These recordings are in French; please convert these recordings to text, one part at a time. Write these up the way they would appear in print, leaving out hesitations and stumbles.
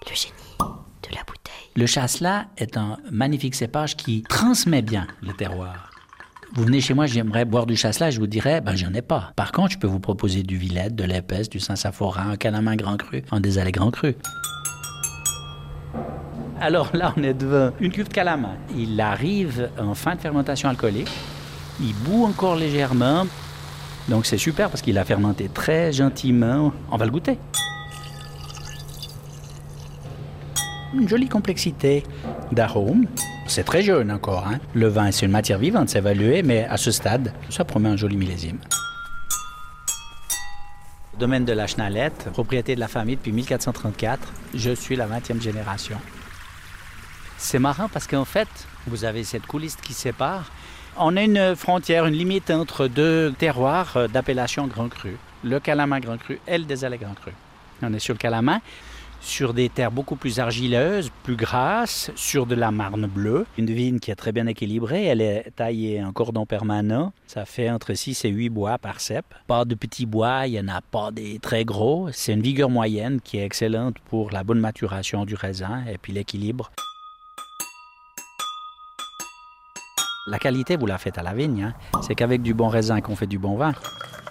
Le génie de la bouteille. Le chasselas est un magnifique cépage qui transmet bien le terroir. Vous venez chez moi, j'aimerais boire du chasselas, je vous dirais, j'en ai pas. Par contre, je peux vous proposer du Villette, de l'Épesse, du Saint-Saphorin, un Calamin Grand Cru, un Désalé Grand Cru. Alors là, on est devant une cuve de Calamin. Il arrive en fin de fermentation alcoolique. Il bout encore légèrement. Donc c'est super parce qu'il a fermenté très gentiment. On va le goûter. Une jolie complexité d'arômes. C'est très jeune encore. Le vin, c'est une matière vivante, c'est évalué, mais à ce stade, ça promet un joli millésime. Domaine de la Chenalette, propriété de la famille depuis 1434. Je suis la 20e génération. C'est marrant parce qu'en fait, vous avez cette coulisse qui sépare. On a une frontière, une limite entre deux terroirs d'appellation Grand Cru. Le Calamin Grand Cru et le Désalé Grand Cru. On est sur le Calamin, sur des terres beaucoup plus argileuses, plus grasses, sur de la marne bleue. Une vigne qui est très bien équilibrée, elle est taillée en cordon permanent. Ça fait entre 6 et 8 bois par cep. Pas de petits bois, il n'y en a pas des très gros. C'est une vigueur moyenne qui est excellente pour la bonne maturation du raisin et puis l'équilibre. La qualité, vous la faites à la vigne. C'est qu'avec du bon raisin qu'on fait du bon vin.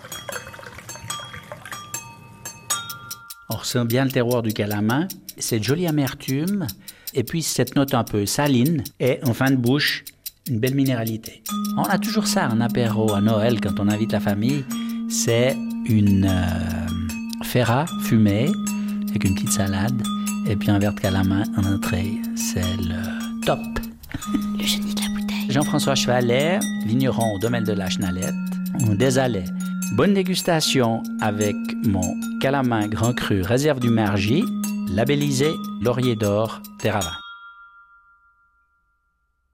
On ressent bien le terroir du Calamin, cette jolie amertume, et puis cette note un peu saline, et en fin de bouche, une belle minéralité. On a toujours ça en apéro à Noël, quand on invite la famille, c'est une ferra fumée, avec une petite salade, et puis un verre de Calamin en entrée. C'est le top. Le génie de la bouteille. Jean-François Chevalet, vigneron au domaine de la Chenalette, on Désalé. Bonne dégustation avec mon Calamin Grand Cru Réserve du Margy, labellisé Laurier d'Or Terravin.